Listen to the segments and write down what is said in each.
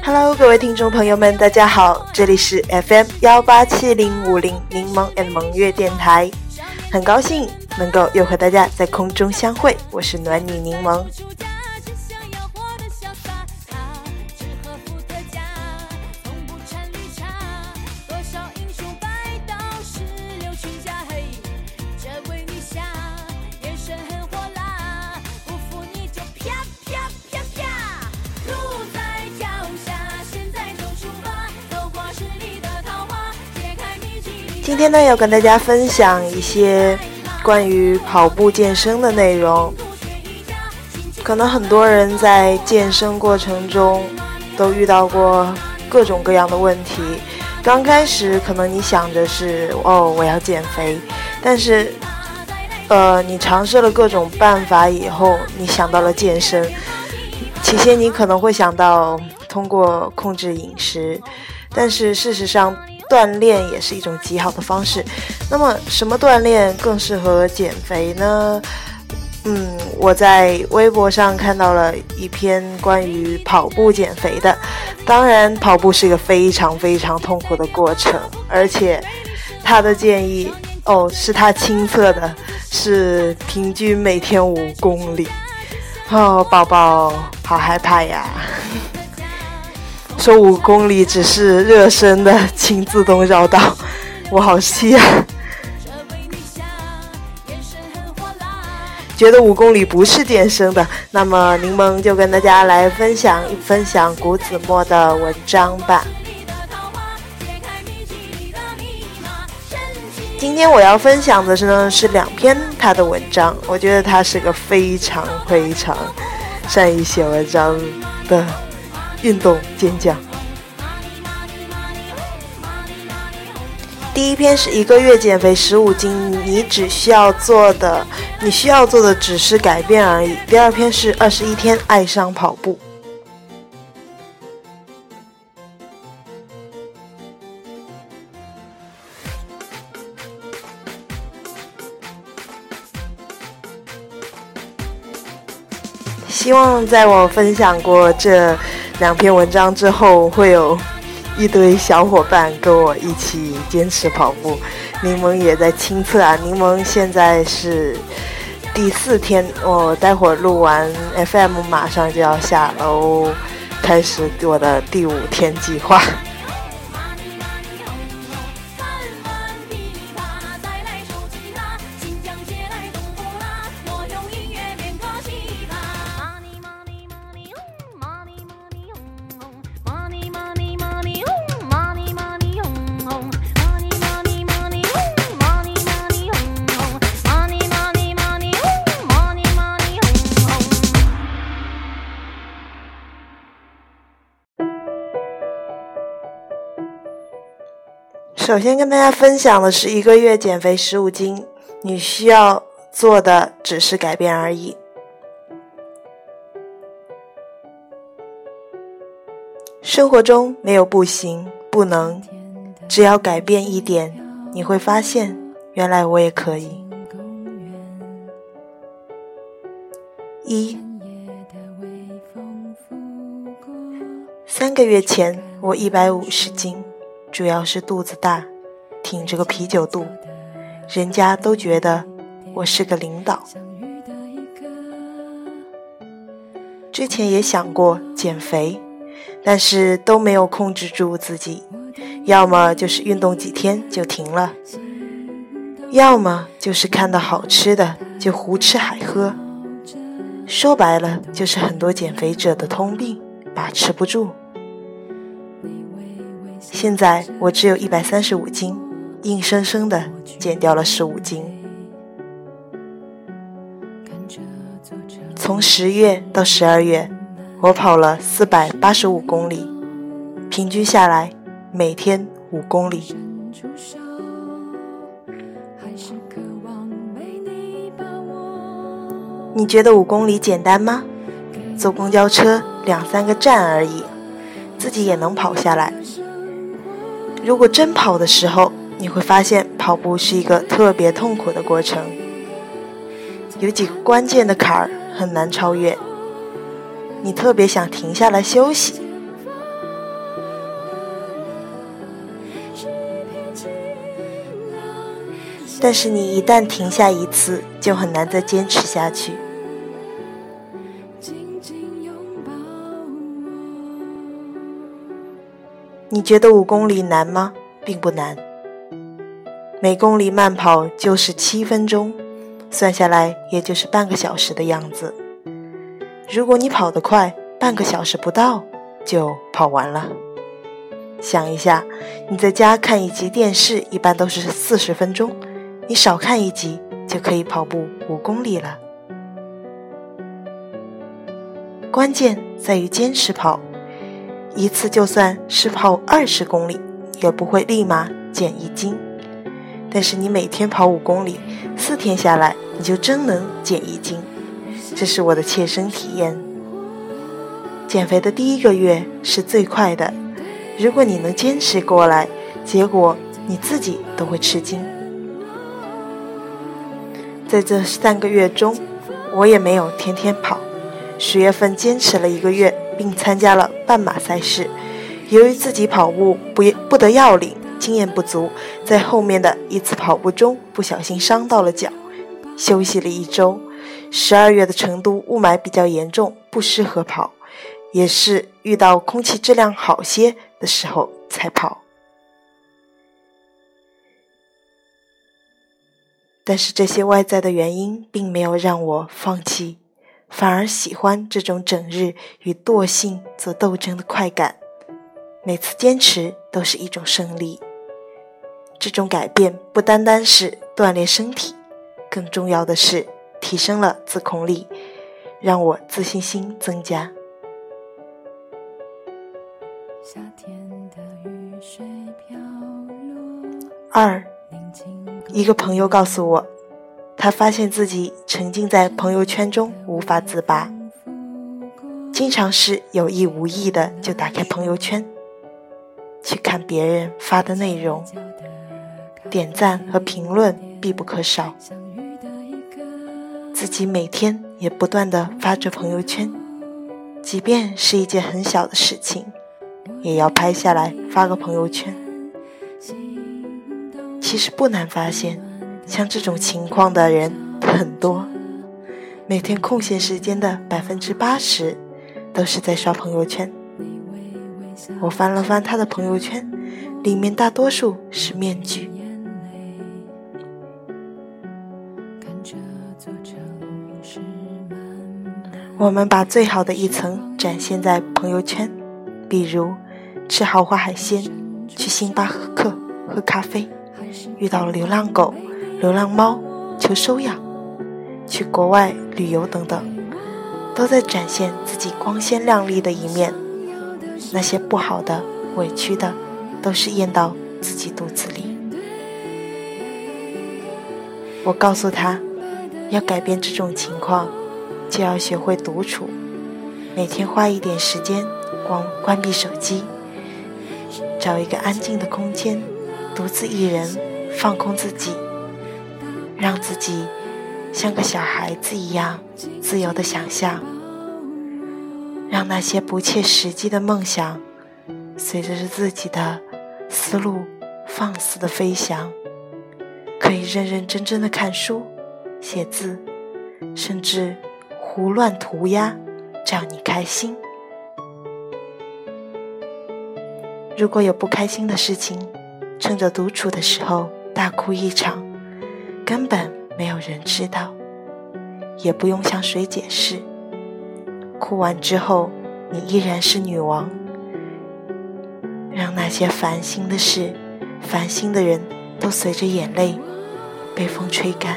Hello， 各位听众朋友们，大家好，这里是 FM18750柠檬 and 萌月电台，很高兴能够又和大家在空中相会，我是暖女柠檬。今天呢，要跟大家分享一些关于跑步健身的内容。可能很多人在健身过程中都遇到过各种各样的问题。刚开始可能你想着是我要减肥，但是你尝试了各种办法以后，你想到了健身。起先你可能会想到通过控制饮食，但是事实上锻炼也是一种极好的方式。那么什么锻炼更适合减肥呢？我在微博上看到了一篇关于跑步减肥的。当然跑步是一个非常非常痛苦的过程，而且他的建议是他亲测的，是平均每天5公里。宝宝好害怕呀，说5公里只是热身的请自动绕道，我好气啊，觉得5公里不是健身的。那么柠檬就跟大家来分享谷子墨的文章吧。今天我要分享的是2篇他的文章，我觉得他是个非常非常善于写文章的运动健将。第一篇是1个月减肥15斤，你需要做的只是改变而已。第二篇是21天爱上跑步。希望在我分享过这2篇文章之后，会有一堆小伙伴跟我一起坚持跑步。柠檬也在亲测啊，柠檬现在是第4天，我待会儿录完 FM 马上就要下楼，开始我的第5天计划。首先跟大家分享的是1个月减肥15斤，你需要做的只是改变而已。生活中没有不行不能，只要改变一点，你会发现原来我也可以。3个月前我150斤，主要是肚子大，挺着个啤酒肚，人家都觉得我是个领导。之前也想过减肥，但是都没有控制住自己，要么就是运动几天就停了，要么就是看到好吃的就胡吃海喝。说白了就是很多减肥者的通病，把持不住。现在我只有135斤，硬生生的减掉了15斤。从10月到12月，我跑了485公里，平均下来每天5公里。你觉得5公里简单吗？坐公交车2-3个站而已，自己也能跑下来。如果真跑的时候，你会发现跑步是一个特别痛苦的过程，有几个关键的坎儿很难超越。你特别想停下来休息， 但是你一旦停下一次，就很难再坚持下去。你觉得5公里难吗？并不难，每公里慢跑就是7分钟，算下来也就是半个小时的样子。如果你跑得快，半个小时不到就跑完了。想一下，你在家看一集电视一般都是40分钟，你少看一集就可以跑步5公里了。关键在于坚持跑，一次就算是跑20公里，也不会立马减1斤。但是你每天跑5公里，4天下来你就真能减1斤，这是我的切身体验。减肥的第1个月是最快的，如果你能坚持过来，结果你自己都会吃惊。在这3个月中，我也没有天天跑，10月份坚持了1个月，并参加了半马赛事。由于自己跑步不得要领，经验不足，在后面的一次跑步中不小心伤到了脚，休息了1周。12月的成都雾霾比较严重，不适合跑，也是遇到空气质量好些的时候才跑。但是这些外在的原因并没有让我放弃，反而喜欢这种整日与惰性做斗争的快感。每次坚持都是一种胜利。这种改变不单单是锻炼身体，更重要的是提升了自控力，让我自信心增加。2，一个朋友告诉我，他发现自己沉浸在朋友圈中无法自拔，经常是有意无意的就打开朋友圈，去看别人发的内容，点赞和评论必不可少。自己每天也不断地发着朋友圈，即便是一件很小的事情，也要拍下来发个朋友圈。其实不难发现，像这种情况的人很多，每天空闲时间的80%都是在刷朋友圈。我翻了翻他的朋友圈，里面大多数是面具。我们把最好的一层展现在朋友圈，比如吃豪华海鲜，去星巴克喝咖啡，遇到了流浪狗、流浪猫求收养，去国外旅游等等，都在展现自己光鲜亮丽的一面。那些不好的、委屈的，都是咽到自己肚子里。我告诉他，要改变这种情况，就要学会独处，每天花一点时间关闭手机，找一个安静的空间，独自一人放空自己，让自己像个小孩子一样自由地想象，让那些不切实际的梦想随着自己的思路放肆地飞翔，可以认认真真地看书、写字，甚至胡乱涂鸦，只要你开心。如果有不开心的事情，趁着独处的时候大哭一场，根本没有人知道，也不用向谁解释。哭完之后，你依然是女王，让那些烦心的事、烦心的人都随着眼泪被风吹干。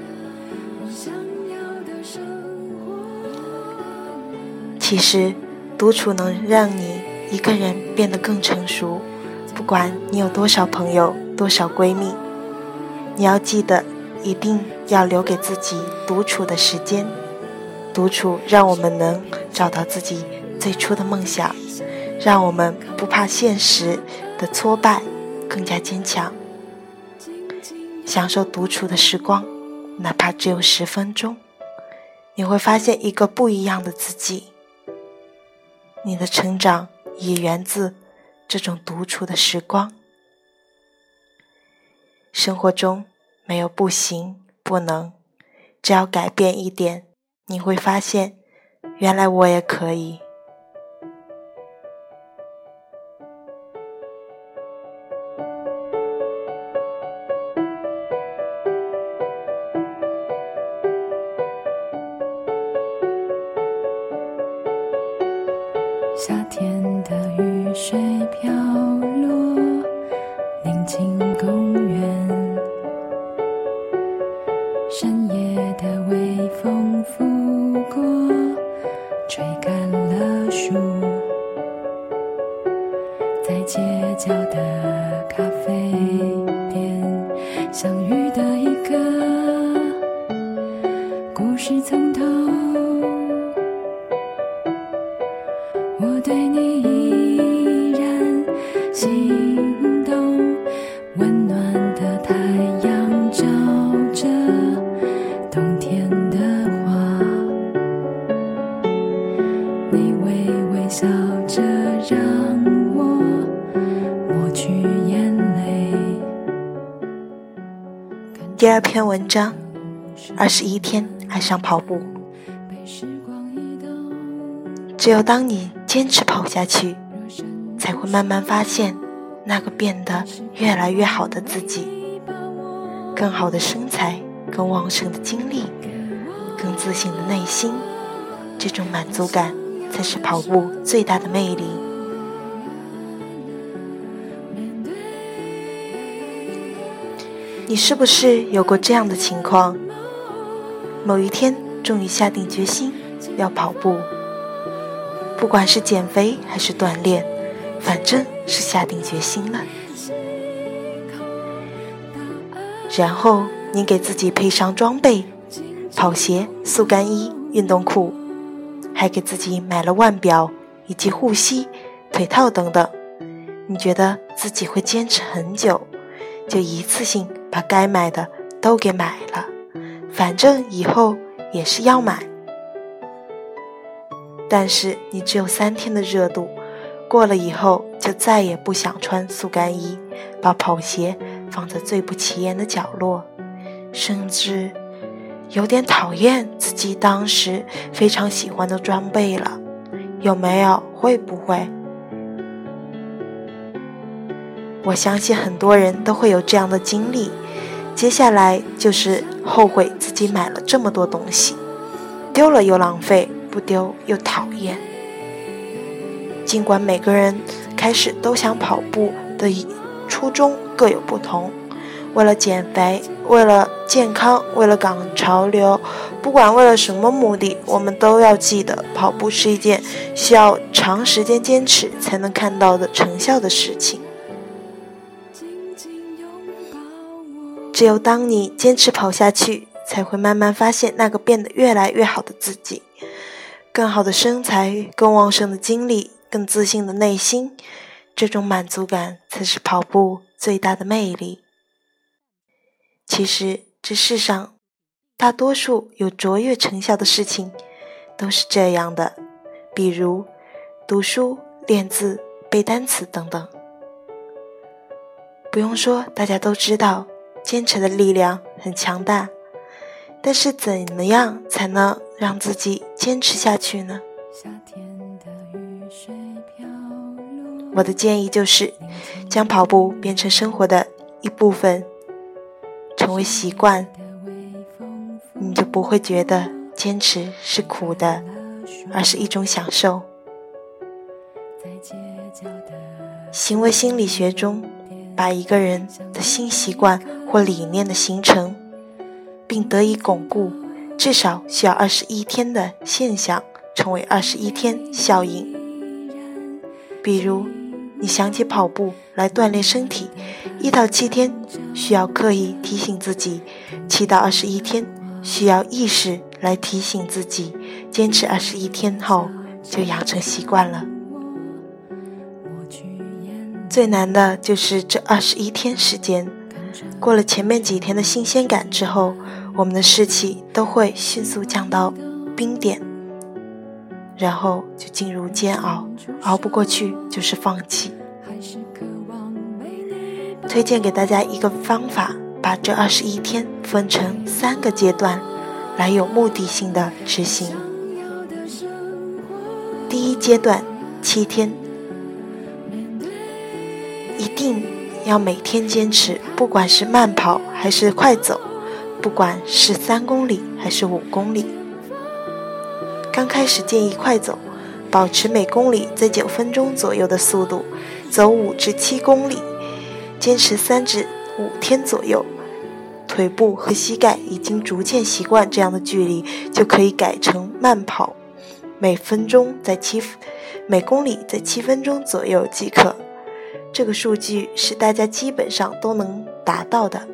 其实独处能让你一个人变得更成熟，不管你有多少朋友、多少闺蜜，你要记得一定要留给自己独处的时间。独处让我们能找到自己最初的梦想，让我们不怕现实的挫败，更加坚强。享受独处的时光，哪怕只有10分钟，你会发现一个不一样的自己。你的成长也源自这种独处的时光。生活中没有不行不能，只要改变一点，你会发现原来我也可以。 夏天的雨水飘落，宁静公园，深夜的微风拂过，吹干了树，在街角的咖啡店相遇的一个故事从头，我对你依然心动，温暖的太阳照着冬天的花，你微微笑着让我抹去眼泪。 第二篇文章，21天爱上跑步。只有当你坚持跑下去，才会慢慢发现那个变得越来越好的自己，更好的身材，更旺盛的精力，更自信的内心。这种满足感才是跑步最大的魅力。你是不是有过这样的情况？某一天终于下定决心要跑步，不管是减肥还是锻炼，反正是下定决心了。然后你给自己配上装备，跑鞋、速干衣、运动裤，还给自己买了腕表以及护膝、腿套等等。你觉得自己会坚持很久，就一次性把该买的都给买了，反正以后也是要买。但是你只有3天的热度，过了以后就再也不想穿速干衣，把跑鞋放在最不起眼的角落，甚至有点讨厌自己当时非常喜欢的装备了。有没有？会不会？我相信很多人都会有这样的经历，接下来就是后悔自己买了这么多东西，丢了又浪费，不丢又讨厌。尽管每个人开始都想跑步的初衷各有不同，为了减肥，为了健康，为了赶潮流，不管为了什么目的，我们都要记得跑步是一件需要长时间坚持才能看到的成效的事情。只有当你坚持跑下去，才会慢慢发现那个变得越来越好的自己，更好的身材，更旺盛的精力，更自信的内心。这种满足感才是跑步最大的魅力。其实这世上大多数有卓越成效的事情都是这样的，比如读书、练字、背单词等等。不用说，大家都知道坚持的力量很强大，但是怎么样才能让自己坚持下去呢？我的建议就是将跑步变成生活的一部分，成为习惯，你就不会觉得坚持是苦的，而是一种享受。行为心理学中，把一个人的新习惯或理念的形成并得以巩固，至少需要21天的现象，称为21天效应。比如你想起跑步来锻炼身体，1到7天需要刻意提醒自己，7到21天需要意识来提醒自己，坚持21天后就养成习惯了。最难的就是这21天时间，过了前面几天的新鲜感之后，我们的士气都会迅速降到冰点，然后就进入煎熬，熬不过去就是放弃。推荐给大家一个方法， 把这21天分成3个阶段来有目的性的执行。第一阶段7天，一定要每天坚持，不管是慢跑还是快走，不管是3公里还是5公里。刚开始建议快走，保持每公里在9分钟左右的速度，走5至7公里，坚持3至5天左右。腿部和膝盖已经逐渐习惯这样的距离，就可以改成慢跑，每公里在7分钟左右即可。这个数据是大家基本上都能达到的。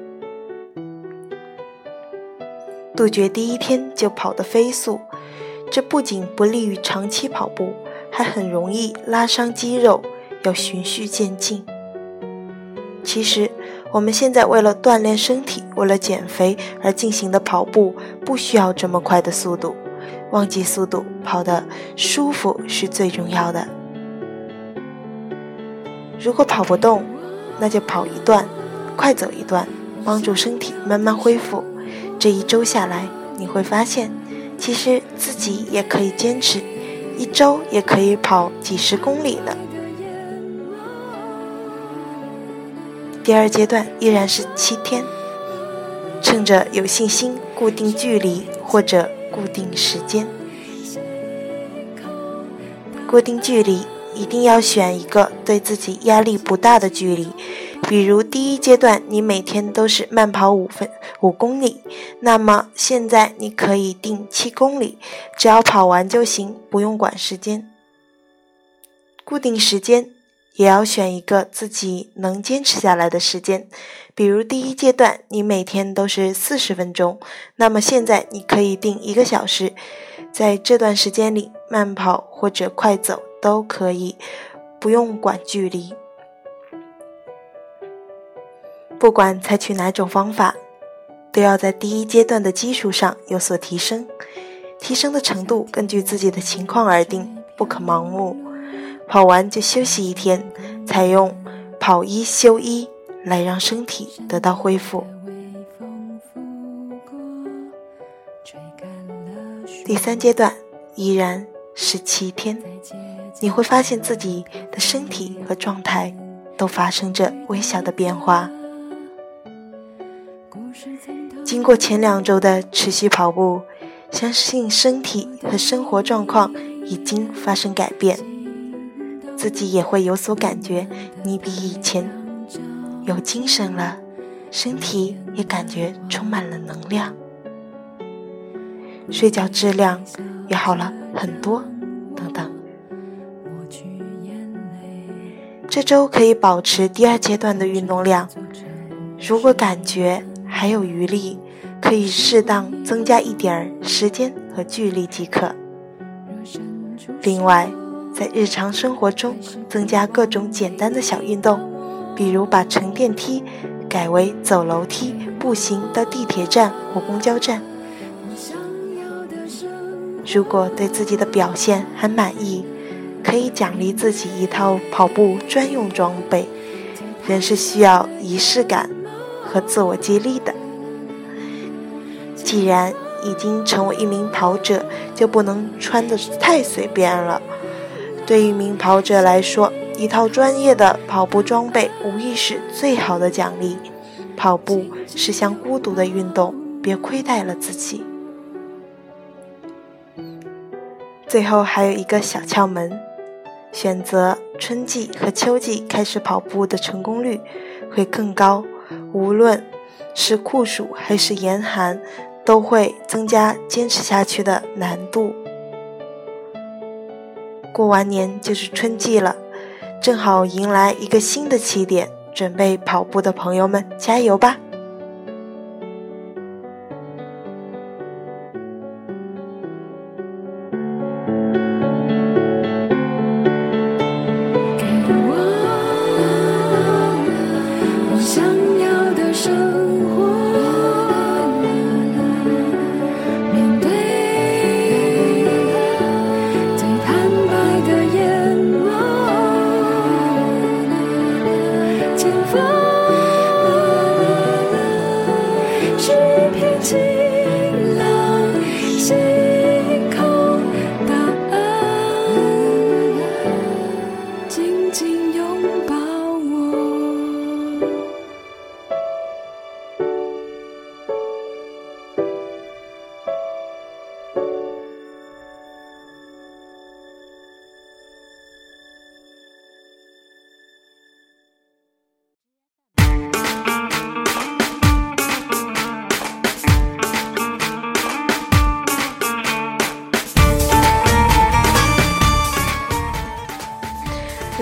杜绝第一天就跑得飞速，这不仅不利于长期跑步，还很容易拉伤肌肉，要循序渐进。其实我们现在为了锻炼身体，为了减肥而进行的跑步，不需要这么快的速度，忘记速度，跑得舒服是最重要的。如果跑不动，那就跑一段，快走一段，帮助身体慢慢恢复。这1周下来，你会发现，其实自己也可以坚持，1周也可以跑几10公里呢。第2阶段依然是7天，趁着有信心，固定距离或者固定时间。固定距离一定要选一个对自己压力不大的距离，比如第1阶段你每天都是慢跑5公里，那么现在你可以定7公里，只要跑完就行，不用管时间。固定时间也要选一个自己能坚持下来的时间，比如第1阶段你每天都是40分钟，那么现在你可以定1个小时，在这段时间里慢跑或者快走都可以，不用管距离。不管采取哪种方法，都要在第1阶段的基础上有所提升，提升的程度根据自己的情况而定，不可盲目。跑完就休息1天，采用跑1休1来让身体得到恢复。第3阶段依然是7天，你会发现自己的身体和状态都发生着微小的变化。经过前2周的持续跑步，相信身体和生活状况已经发生改变，自己也会有所感觉，你比以前有精神了，身体也感觉充满了能量，睡觉质量也好了很多等等。这周可以保持第2阶段的运动量，如果感觉还有余力，可以适当增加一点时间和距离即可。另外，在日常生活中增加各种简单的小运动，比如把乘电梯改为走楼梯、步行到地铁站或公交站。如果对自己的表现还满意，可以奖励自己一套跑步专用装备。人是需要仪式感和自我激励的。既然已经成为一名跑者，就不能穿得太随便了。对于一名跑者来说，一套专业的跑步装备无疑是最好的奖励。跑步是项孤独的运动，别亏待了自己。最后还有一个小窍门，选择春季和秋季开始跑步的成功率会更高，无论是酷暑还是严寒，都会增加坚持下去的难度。过完年就是春季了，正好迎来一个新的起点，准备跑步的朋友们加油吧！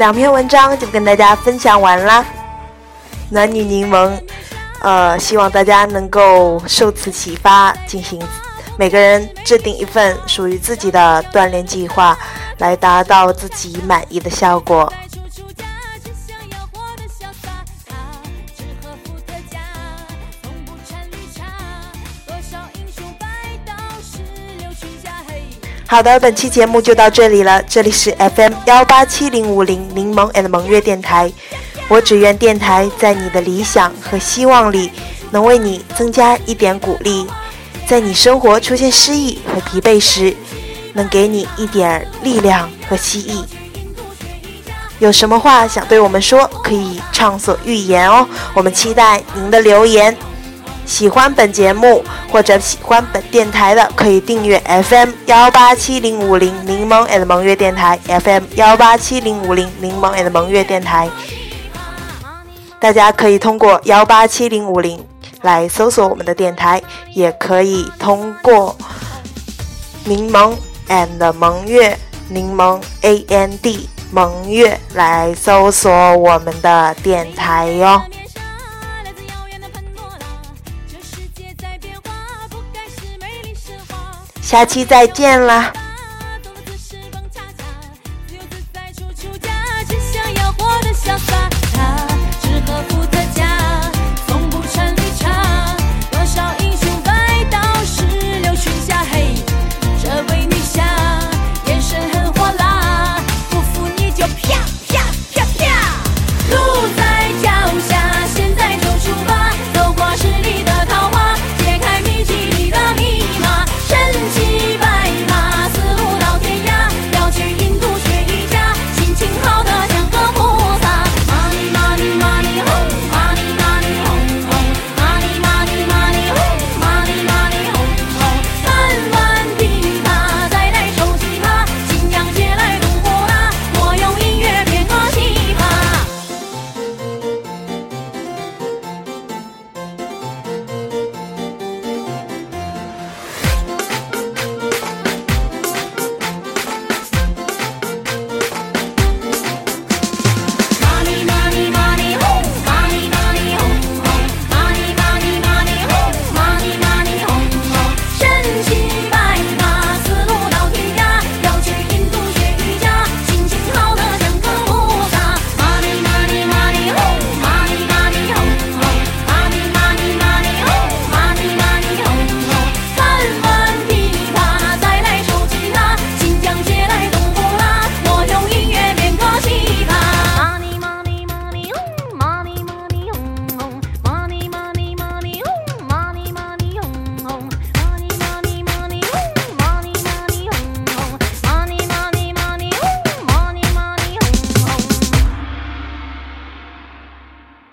2篇文章就跟大家分享完啦。男女柠檬，希望大家能够受此启发，进行每个人制定一份属于自己的锻炼计划，来达到自己满意的效果。好的，本期节目就到这里了，这里是 FM187-050 柠檬 and 萌月电台，我只愿电台在你的理想和希望里能为你增加一点鼓励，在你生活出现失意和疲惫时能给你一点力量和希冀。有什么话想对我们说，可以畅所欲言哦，我们期待您的留言。喜欢本节目或者喜欢本电台的，可以订阅 FM187-050 柠檬 and 萌月电台 FM187-050 柠檬 and 萌月电台。大家可以通过187-050来搜索我们的电台，也可以通过柠檬 and 萌月柠檬 AND 萌月来搜索我们的电台哟。下期再见啦。